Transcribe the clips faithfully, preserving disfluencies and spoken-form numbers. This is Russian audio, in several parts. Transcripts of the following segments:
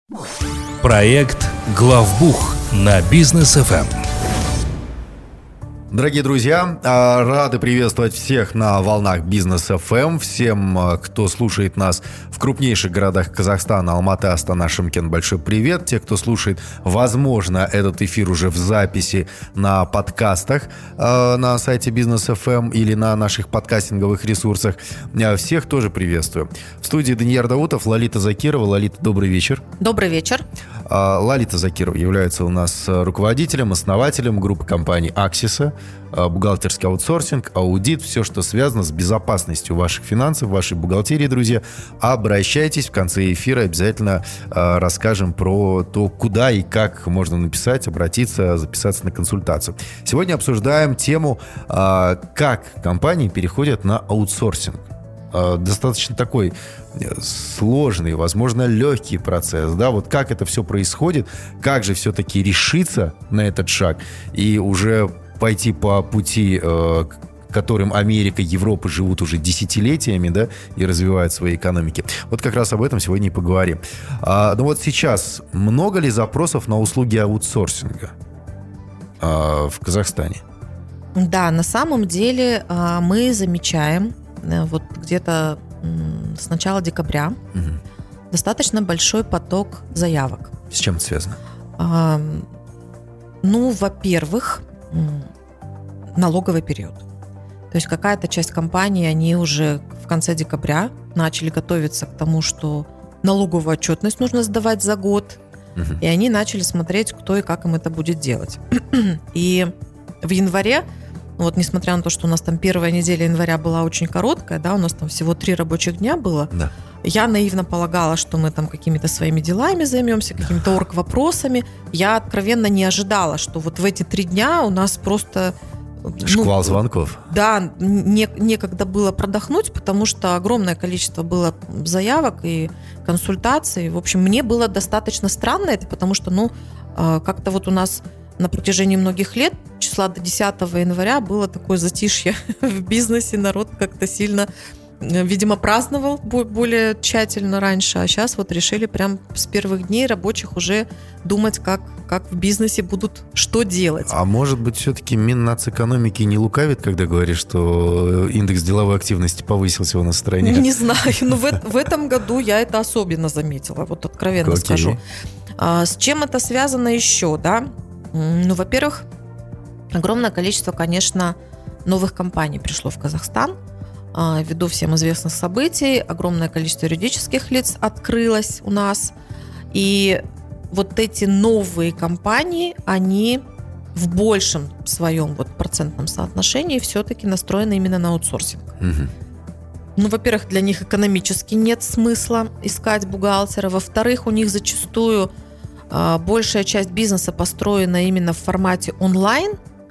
Проект «Главбух» на Бизнес эф эм. Дорогие друзья, рады приветствовать всех на волнах Бизнес эф эм, всем, кто слушает нас в крупнейших городах Казахстана, Алматы, Астана, Шымкент, большой привет. Те, кто слушает, возможно, этот эфир уже в записи на подкастах на сайте Бизнес эф эм или на наших подкастинговых ресурсах, всех тоже приветствую. В студии Данияр Даутов, Лолита Закирова. Лолита, добрый вечер. Добрый вечер. Лолита Закирова является у нас руководителем, основателем группы компаний «Аксиса», бухгалтерский аутсорсинг, аудит, все, что связано с безопасностью ваших финансов, вашей бухгалтерии, друзья. Обращайтесь, в конце эфира обязательно э, расскажем про то, куда и как можно написать, обратиться, записаться на консультацию. Сегодня обсуждаем тему, э, как компании переходят на аутсорсинг. Э, достаточно такой сложный, возможно, легкий процесс, да, вот как это все происходит, как же все-таки решиться на этот шаг и уже пойти по пути, э, которым Америка, Европа живут уже десятилетиями, да, и развивают свои экономики. Вот как раз об этом сегодня и поговорим. А, ну вот сейчас много ли запросов на услуги аутсорсинга а, в Казахстане? Да, на самом деле а, мы замечаем а, вот где-то м, с начала декабря угу. достаточно большой поток заявок. С чем это связано? А, ну, во-первых, налоговый период. То есть какая-то часть компаний, они уже в конце декабря начали готовиться к тому, что налоговую отчетность нужно сдавать за год, uh-huh. и они начали смотреть, кто и как им это будет делать. И в январе, вот несмотря на то, что у нас там первая неделя января была очень короткая, да, у нас там всего три рабочих дня было, да. Я наивно полагала, что мы там какими-то своими делами займемся, какими-то орг-вопросами. Я откровенно не ожидала, что вот в эти три дня у нас просто... Шквал ну, звонков. Да, не, некогда было продохнуть, потому что огромное количество было заявок и консультаций. В общем, мне было достаточно странно это, потому что, ну, как-то вот у нас на протяжении многих лет, числа до десятого января, было такое затишье в бизнесе, народ как-то сильно... видимо, праздновал более тщательно раньше, а сейчас вот решили прям с первых дней рабочих уже думать, как, как в бизнесе будут что делать. А может быть, все-таки Миннацэкономики не лукавит, когда говорит, что индекс деловой активности повысился у нас в стране? Не знаю, но в, в этом году я это особенно заметила, вот откровенно Окей. скажу. А, с чем это связано еще, да? Ну, во-первых, огромное количество, конечно, новых компаний пришло в Казахстан. Ввиду всем известных событий, огромное количество юридических лиц открылось у нас. И вот эти новые компании, они в большем своем вот процентном соотношении все-таки настроены именно на аутсорсинг. Угу. Ну, во-первых, для них экономически нет смысла искать бухгалтера. Во-вторых, у них зачастую а, большая часть бизнеса построена именно в формате онлайн.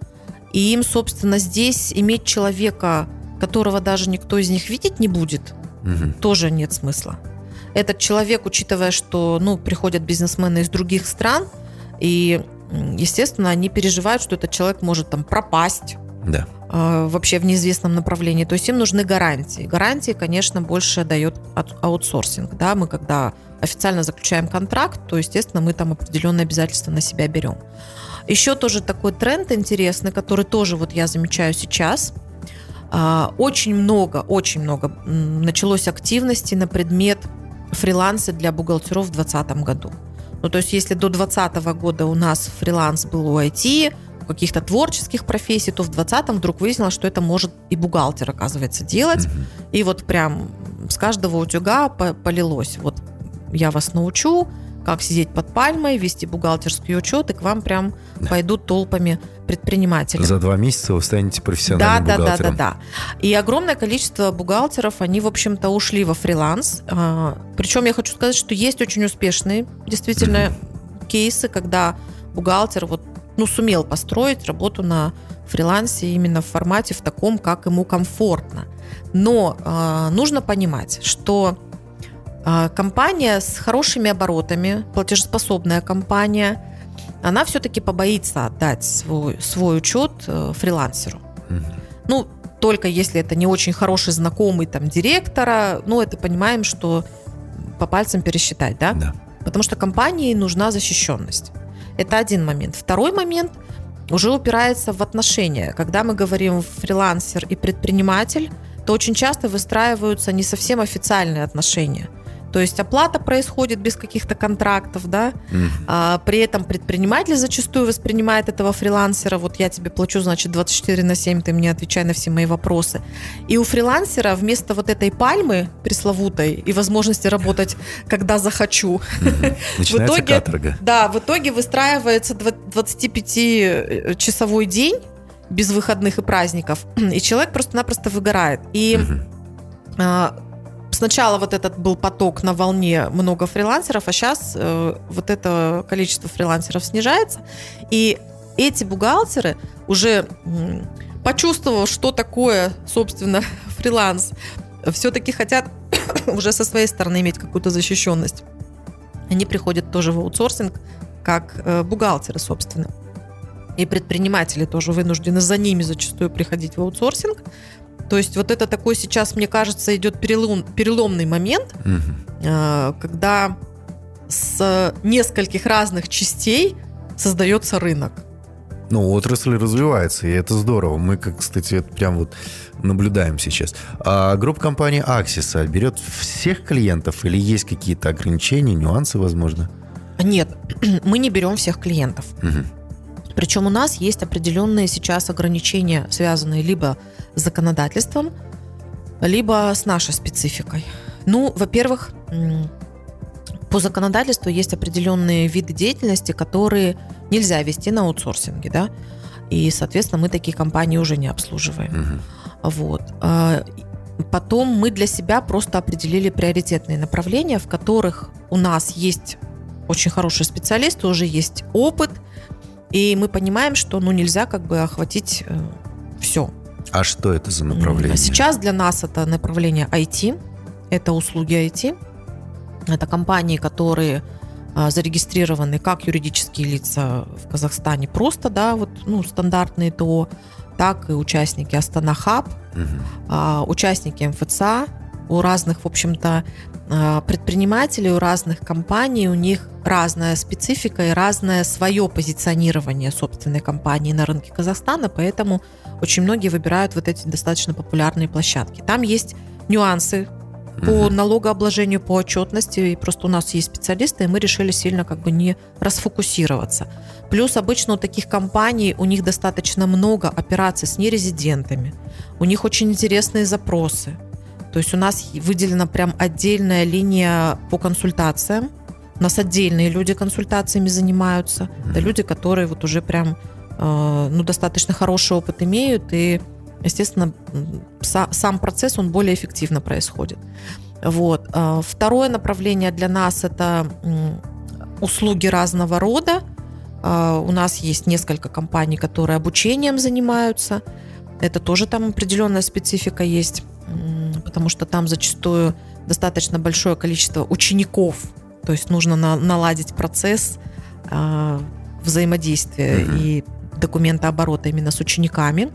И им, собственно, здесь иметь человека, которого даже никто из них видеть не будет, угу. тоже нет смысла. Этот человек, учитывая, что ну, приходят бизнесмены из других стран, и, естественно, они переживают, что этот человек может там пропасть да. э, вообще в неизвестном направлении. То есть им нужны гарантии. Гарантии, конечно, больше дает аутсорсинг. Да? Мы когда официально заключаем контракт, то, естественно, мы там определенные обязательства на себя берем. Еще тоже такой тренд интересный, который тоже вот я замечаю сейчас. Очень много, очень много началось активности на предмет фриланса для бухгалтеров в двадцатом году. Ну, то есть, если до двадцатого года у нас фриланс был у ай ти, у каких-то творческих профессий, то в двадцатом вдруг выяснилось, что это может и бухгалтер, оказывается, делать. Mm-hmm. И вот прям с каждого утюга полилось. Вот я вас научу, как сидеть под пальмой, вести бухгалтерский учет, и к вам прям да. пойдут толпами предприниматели. За два месяца вы станете профессиональным да, бухгалтером. Да, да, да, да. И огромное количество бухгалтеров, они, в общем-то, ушли во фриланс. Причем я хочу сказать, что есть очень успешные, действительно, mm-hmm. кейсы, когда бухгалтер вот, ну, сумел построить работу на фрилансе именно в формате, в таком, как ему комфортно. Но э, нужно понимать, что компания с хорошими оборотами, платежеспособная компания, она все-таки побоится отдать свой, свой учет фрилансеру. Mm-hmm. Ну, только если это не очень хороший знакомый там директора, ну, это понимаем, что по пальцам пересчитать, да? Да. Потому что компании нужна защищенность. Это один момент. Второй момент уже упирается в отношения. Когда мы говорим фрилансер и предприниматель, то очень часто выстраиваются не совсем официальные отношения. То есть оплата происходит без каких-то контрактов, да, mm-hmm. а, при этом предприниматель зачастую воспринимает этого фрилансера, вот я тебе плачу, значит, двадцать четыре на семь, ты мне отвечай на все мои вопросы. И у фрилансера вместо вот этой пальмы пресловутой и возможности работать, когда захочу, mm-hmm. начинается в итоге, каторга. Да, в итоге выстраивается двадцатипятичасовой день без выходных и праздников, и человек просто-напросто выгорает. И mm-hmm. а, сначала вот этот был поток на волне много фрилансеров, а сейчас э, вот это количество фрилансеров снижается. И эти бухгалтеры, уже м, почувствовав, что такое, собственно, фриланс, все-таки хотят уже со своей стороны иметь какую-то защищенность. Они приходят тоже в аутсорсинг, как э, бухгалтеры, собственно. И предприниматели тоже вынуждены за ними зачастую приходить в аутсорсинг. То есть вот это такой сейчас, мне кажется, идет перелом, переломный момент, угу. когда с нескольких разных частей создается рынок. Ну, отрасль развивается, и это здорово. Мы, как, кстати, это прям вот наблюдаем сейчас. А группа компании Axis берет всех клиентов или есть какие-то ограничения, нюансы, возможно? Нет, мы не берем всех клиентов. Угу. Причем у нас есть определенные сейчас ограничения, связанные либо с законодательством, либо с нашей спецификой. Ну, во-первых, по законодательству есть определенные виды деятельности, которые нельзя вести на аутсорсинге, да, и, соответственно, мы такие компании уже не обслуживаем. Угу. Вот. Потом мы для себя просто определили приоритетные направления, в которых у нас есть очень хорошие специалисты, уже есть опыт, и мы понимаем, что ну, нельзя как бы охватить э, все. А что это за направление? Сейчас для нас это направление ай ти, это услуги ай ти. Это компании, которые э, зарегистрированы как юридические лица в Казахстане просто, да, вот, ну, стандартные ТО, так и участники Астана Хаб, угу. э, участники эм эф цэ а. У разных, в общем-то, предпринимателей, у разных компаний, у них разная специфика и разное свое позиционирование собственной компании на рынке Казахстана, поэтому очень многие выбирают вот эти достаточно популярные площадки. Там есть нюансы по uh-huh. налогообложению, по отчетности, и просто у нас есть специалисты, и мы решили сильно как бы не расфокусироваться. Плюс обычно у таких компаний, у них достаточно много операций с нерезидентами, у них очень интересные запросы. То есть у нас выделена прям отдельная линия по консультациям. У нас отдельные люди консультациями занимаются. Mm-hmm. Это люди, которые вот уже прям э, ну, достаточно хороший опыт имеют. И, естественно, са- сам процесс, он более эффективно происходит. Вот. Второе направление для нас – это услуги разного рода. У нас есть несколько компаний, которые обучением занимаются. Это тоже там определенная специфика есть, потому что там зачастую достаточно большое количество учеников, то есть нужно на, наладить процесс э, взаимодействия mm-hmm. и документооборота именно с учениками.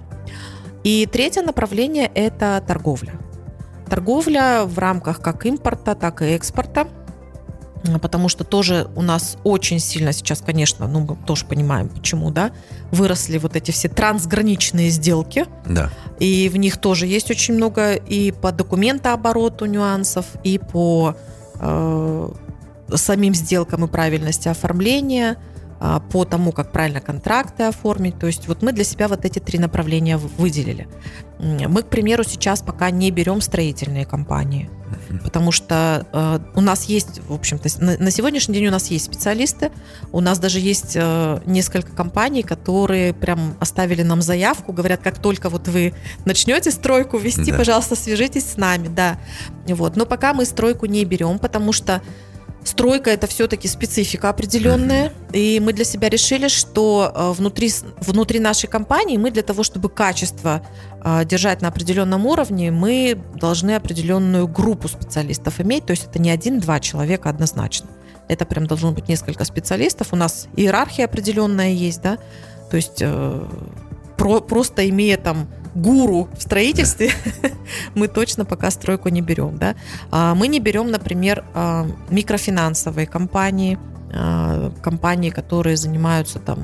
И третье направление – это торговля. Торговля в рамках как импорта, так и экспорта, потому что тоже у нас очень сильно сейчас, конечно, ну мы тоже понимаем, почему, да, выросли вот эти все трансграничные сделки, да. И в них тоже есть очень много и по документообороту нюансов, и по э, самим сделкам и правильности оформления, э, по тому, как правильно контракты оформить. То есть вот мы для себя вот эти три направления выделили. Мы, к примеру, сейчас пока не берем строительные компании, потому что э, у нас есть, в общем-то, на, на сегодняшний день у нас есть специалисты, у нас даже есть э, несколько компаний, которые прям оставили нам заявку, говорят, как только вот вы начнете стройку вести, да. пожалуйста, свяжитесь с нами, да. Вот. Но пока мы стройку не берем, потому что стройка – это все-таки специфика определенная, mm-hmm. и мы для себя решили, что внутри, внутри нашей компании мы для того, чтобы качество э, держать на определенном уровне, мы должны определенную группу специалистов иметь, то есть это не один-два человека однозначно. Это прям должно быть несколько специалистов. У нас иерархия определенная есть, да, то есть э, про, просто имея там гуру в строительстве, мы точно пока стройку не берем. Да? Мы не берем, например, микрофинансовые компании, компании, которые занимаются там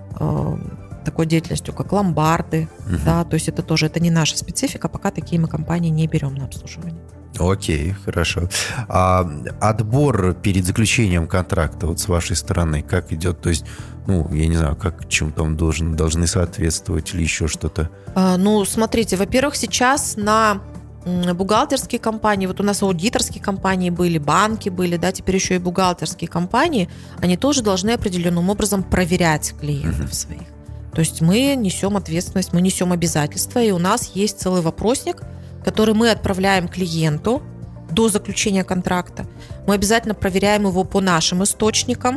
такой деятельностью, как ломбарды. Uh-huh. Да? То есть это тоже это не наша специфика, пока такие мы компании не берем на обслуживание. Окей, хорошо. А отбор перед заключением контракта вот с вашей стороны как идет? То есть, ну, я не знаю, как чем-то он должен, должны соответствовать или еще что-то? А, ну, смотрите, во-первых, сейчас на бухгалтерские компании, вот у нас аудиторские компании были, банки были, да, теперь еще и бухгалтерские компании, они тоже должны определенным образом проверять клиентов uh-huh. своих. То есть мы несем ответственность, мы несем обязательства, и у нас есть целый вопросник, который мы отправляем клиенту до заключения контракта. Мы обязательно проверяем его по нашим источникам,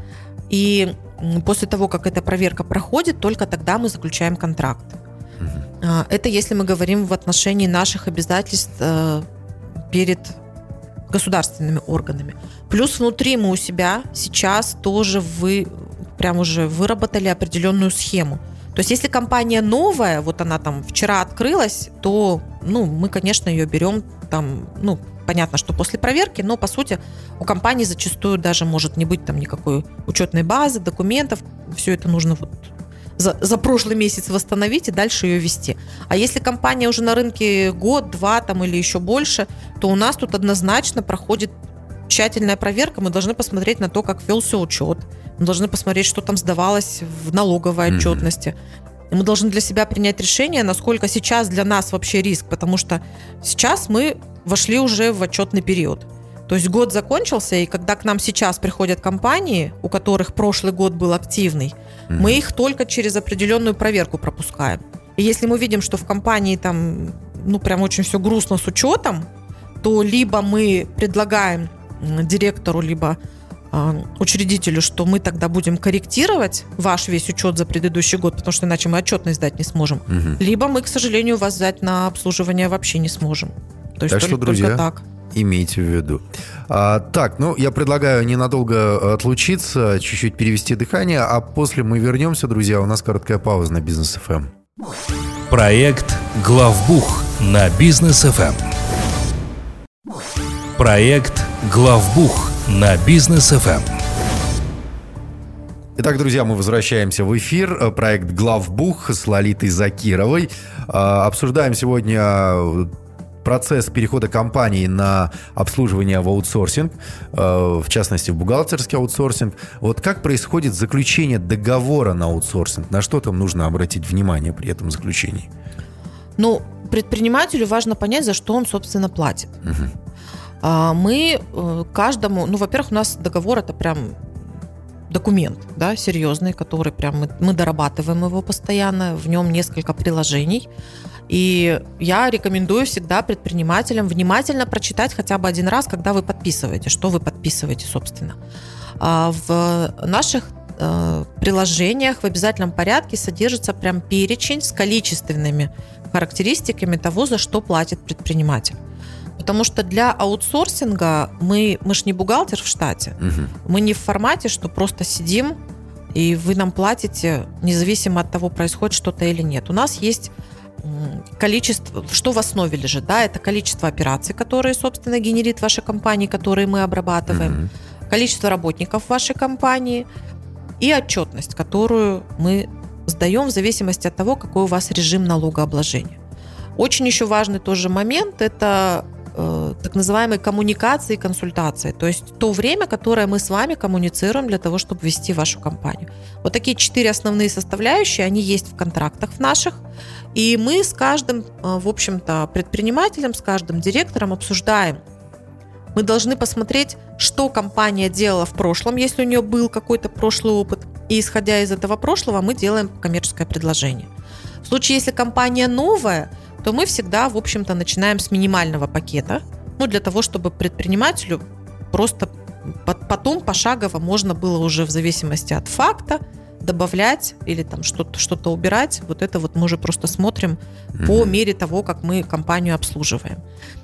и после того, как эта проверка проходит, только тогда мы заключаем контракт. Uh-huh. Это если мы говорим в отношении наших обязательств перед государственными органами. Плюс внутри мы у себя сейчас тоже вы прям уже выработали определенную схему. То есть если компания новая, вот она там вчера открылась, то, ну, мы, конечно, ее берем там, ну, понятно, что после проверки, но, по сути, у компании зачастую даже может не быть там никакой учетной базы, документов, все это нужно вот за, за прошлый месяц восстановить и дальше ее вести. А если компания уже на рынке год, два там или еще больше, то у нас тут однозначно проходит тщательная проверка, мы должны посмотреть на то, как велся учет, мы должны посмотреть, что там сдавалось в налоговой mm-hmm. отчетности. И мы должны для себя принять решение, насколько сейчас для нас вообще риск, потому что сейчас мы вошли уже в отчетный период. То есть год закончился, и когда к нам сейчас приходят компании, у которых прошлый год был активный, mm-hmm. мы их только через определенную проверку пропускаем. И если мы видим, что в компании там, ну, прям очень все грустно с учетом, то либо мы предлагаем директору, либо э, учредителю, что мы тогда будем корректировать ваш весь учет за предыдущий год, потому что иначе мы отчетность сдать не сможем. Угу. Либо мы, к сожалению, вас взять на обслуживание вообще не сможем. То есть так только, что, друзья, только так. Имейте в виду. А, так, ну, я предлагаю ненадолго отлучиться, чуть-чуть перевести дыхание, а после мы вернемся, друзья. У нас короткая пауза на Бизнес эф эм. Проект «Главбух» на Бизнес эф эм. Проект «Главбух» на Бизнес эф эм. Итак, друзья, мы возвращаемся в эфир. Проект «Главбух» с Лолитой Закировой. Обсуждаем сегодня процесс перехода компании на обслуживание в аутсорсинг, в частности, в бухгалтерский аутсорсинг. Вот как происходит заключение договора на аутсорсинг? На что там нужно обратить внимание при этом заключении? Ну, предпринимателю важно понять, за что он, собственно, платит. Угу. Мы каждому, ну, во-первых, у нас договор это прям документ, да, серьезный, который прям мы, мы дорабатываем его постоянно, в нем несколько приложений. И я рекомендую всегда предпринимателям внимательно прочитать хотя бы один раз, когда вы подписываете, что вы подписываете, собственно. В наших приложениях в обязательном порядке содержится прям перечень с количественными характеристиками того, за что платит предприниматель. Потому что для аутсорсинга мы, мы ж не бухгалтер в штате, угу. мы не в формате, что просто сидим, и вы нам платите, независимо от того, происходит что-то или нет. У нас есть количество, что в основе лежит, да, это количество операций, которые, собственно, генерит ваша компания, которые мы обрабатываем, угу. количество работников в вашей компании и отчетность, которую мы сдаем в зависимости от того, какой у вас режим налогообложения. Очень еще важный тоже момент – это э, так называемые коммуникации и консультации, то есть то время, которое мы с вами коммуницируем для того, чтобы вести вашу компанию. Вот такие четыре основные составляющие, они есть в контрактах в наших, и мы с каждым, э, в общем-то, предпринимателем, с каждым директором обсуждаем. Мы должны посмотреть, что компания делала в прошлом, если у нее был какой-то прошлый опыт, и исходя из этого прошлого мы делаем коммерческое предложение. В случае, если компания новая, то мы всегда, в общем-то, начинаем с минимального пакета, ну, для того, чтобы предпринимателю просто потом пошагово можно было уже в зависимости от факта добавлять или там что-то, что-то убирать. Вот это вот мы уже просто смотрим mm-hmm. по мере того, как мы компанию обслуживаем.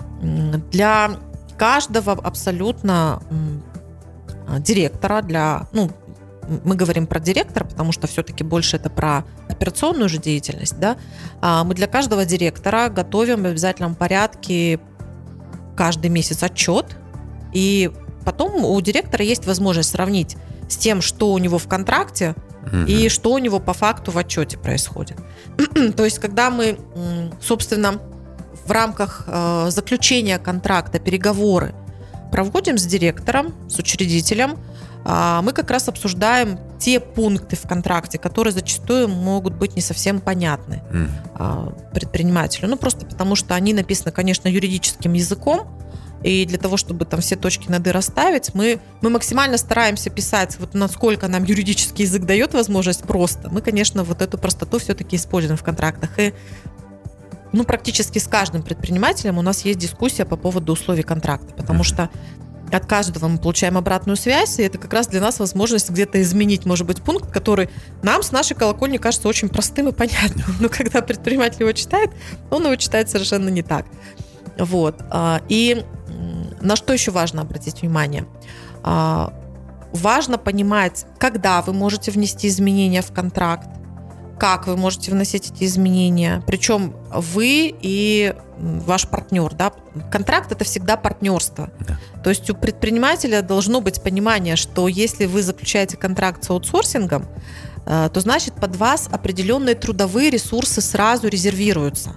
Для каждого абсолютно директора, для, ну, мы говорим про директора, потому что все-таки больше это про операционную же деятельность, да, мы для каждого директора готовим в обязательном порядке каждый месяц отчет, и потом у директора есть возможность сравнить с тем, что у него в контракте, mm-hmm. и что у него по факту в отчете происходит. То есть, когда мы, собственно, в рамках заключения контракта, переговоры проводим с директором, с учредителем, мы как раз обсуждаем те пункты в контракте, которые зачастую могут быть не совсем понятны mm. предпринимателю. Ну, просто потому, что они написаны, конечно, юридическим языком, и для того, чтобы там все точки над «и» расставить, мы, мы максимально стараемся писать, вот насколько нам юридический язык дает возможность просто. Мы, конечно, вот эту простоту все-таки используем в контрактах. И ну, практически с каждым предпринимателем у нас есть дискуссия по поводу условий контракта, потому mm. что от каждого мы получаем обратную связь, и это как раз для нас возможность где-то изменить, может быть, пункт, который нам с нашей колокольни кажется очень простым и понятным. Но когда предприниматель его читает, он его читает совершенно не так. Вот. И на что еще важно обратить внимание? Важно понимать, когда вы можете внести изменения в контракт, как вы можете вносить эти изменения. Причем вы и ваш партнер. Да? Контракт – это всегда партнерство. Да. То есть у предпринимателя должно быть понимание, что если вы заключаете контракт с аутсорсингом, то значит под вас определенные трудовые ресурсы сразу резервируются.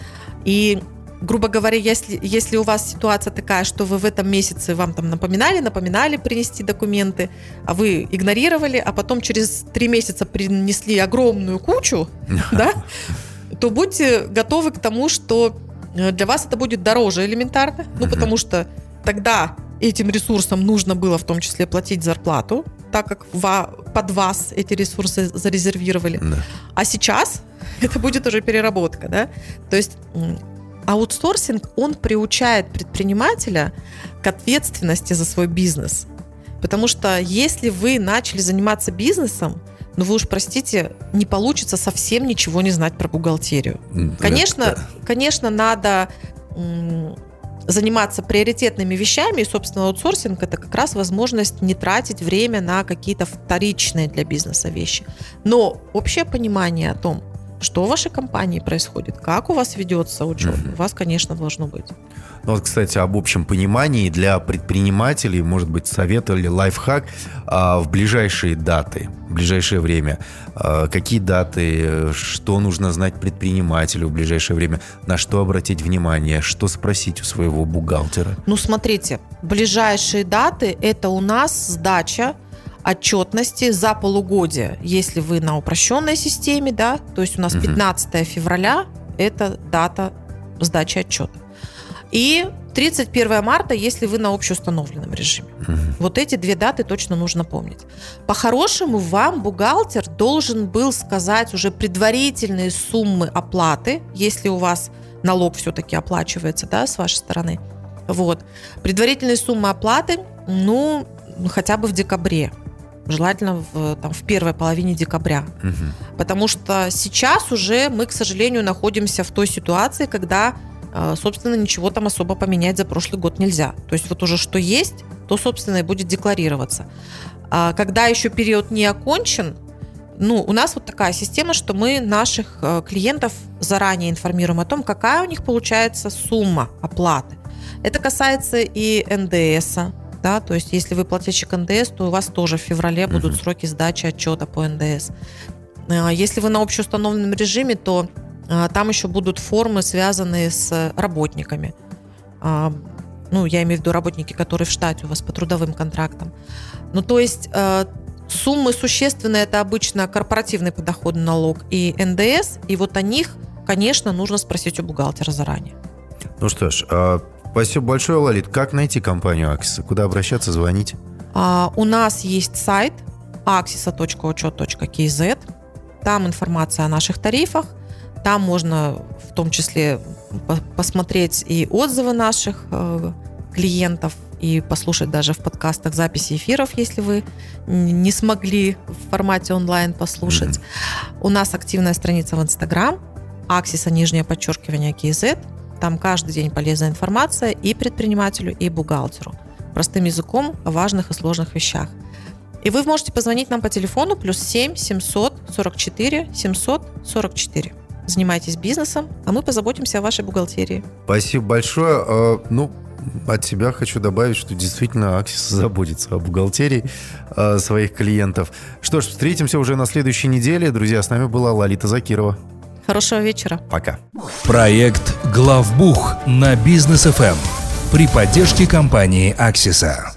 И грубо говоря, если, если у вас ситуация такая, что вы в этом месяце вам там напоминали, напоминали принести документы, а вы игнорировали, а потом через три месяца принесли огромную кучу, да, то будьте готовы к тому, что для вас это будет дороже элементарно, ну, потому что тогда этим ресурсам нужно было в том числе платить зарплату, так как под вас эти ресурсы зарезервировали. Да. А сейчас это будет уже переработка, да, то есть аутсорсинг, он приучает предпринимателя к ответственности за свой бизнес. Потому что если вы начали заниматься бизнесом, ну вы уж простите, не получится совсем ничего не знать про бухгалтерию. Конечно, Это... конечно, надо м, заниматься приоритетными вещами, и, собственно, аутсорсинг – это как раз возможность не тратить время на какие-то вторичные для бизнеса вещи. Но общее понимание о том, что в вашей компании происходит, как у вас ведется учет, mm-hmm. у вас, конечно, должно быть. Ну вот, кстати, об общем понимании для предпринимателей, может быть, совет или лайфхак а, в ближайшие даты, в ближайшее время. А, какие даты, что нужно знать предпринимателю в ближайшее время, на что обратить внимание, что спросить у своего бухгалтера? Ну, смотрите, ближайшие даты – это у нас сдача отчетности за полугодие, если вы на упрощенной системе, да, то есть у нас пятнадцатое февраля – это дата сдачи отчета. И тридцать первое марта, если вы на общеустановленном режиме. Uh-huh. Вот эти две даты точно нужно помнить. По-хорошему, вам бухгалтер должен был сказать уже предварительные суммы оплаты, если у вас налог все-таки оплачивается, да, с вашей стороны. Вот. Предварительные суммы оплаты, ну, хотя бы в декабре. Желательно в, там, в первой половине декабря. Uh-huh. Потому что сейчас уже мы, к сожалению, находимся в той ситуации, когда, собственно, ничего там особо поменять за прошлый год нельзя. То есть вот уже что есть, то, собственно, и будет декларироваться. А когда еще период не окончен, ну, у нас вот такая система, что мы наших клиентов заранее информируем о том, какая у них получается сумма оплаты. Это касается и эн дэ эса. Да, то есть, если вы плательщик эн дэ эс, то у вас тоже в феврале будут uh-huh. сроки сдачи отчета по эн дэ эс. Если вы на общеустановленном режиме, то а, там еще будут формы, связанные с работниками. А, ну, я имею в виду работники, которые в штате у вас по трудовым контрактам. Ну, то есть, а, суммы существенные – это обычно корпоративный подоходный налог и эн дэ эс, и вот о них, конечно, нужно спросить у бухгалтера заранее. Ну что ж, а... Спасибо большое, Лолит. Как найти компанию Аксиса? Куда обращаться, звонить? А, у нас есть сайт аксиса точка учет точка кей зет. Там информация о наших тарифах. Там можно в том числе посмотреть и отзывы наших э, клиентов, и послушать даже в подкастах записи эфиров, если вы не смогли в формате онлайн послушать. Mm-hmm. У нас активная страница в Инстаграм, Аксиса, нижнее подчеркивание, кей зет. Там каждый день полезная информация и предпринимателю, и бухгалтеру. Простым языком о важных и сложных вещах. И вы можете позвонить нам по телефону плюс семь семьсот сорок четыре семьсот сорок четыре. Занимайтесь бизнесом, а мы позаботимся о вашей бухгалтерии. Спасибо большое. Э, Ну, от себя хочу добавить, что действительно Аксис заботится о бухгалтерии э, своих клиентов. Что ж, встретимся уже на следующей неделе. Друзья, с нами была Лолита Закирова. Хорошего вечера. Пока. Проект «Главбух» на Бизнес эф эм при поддержке компании «Аксиса».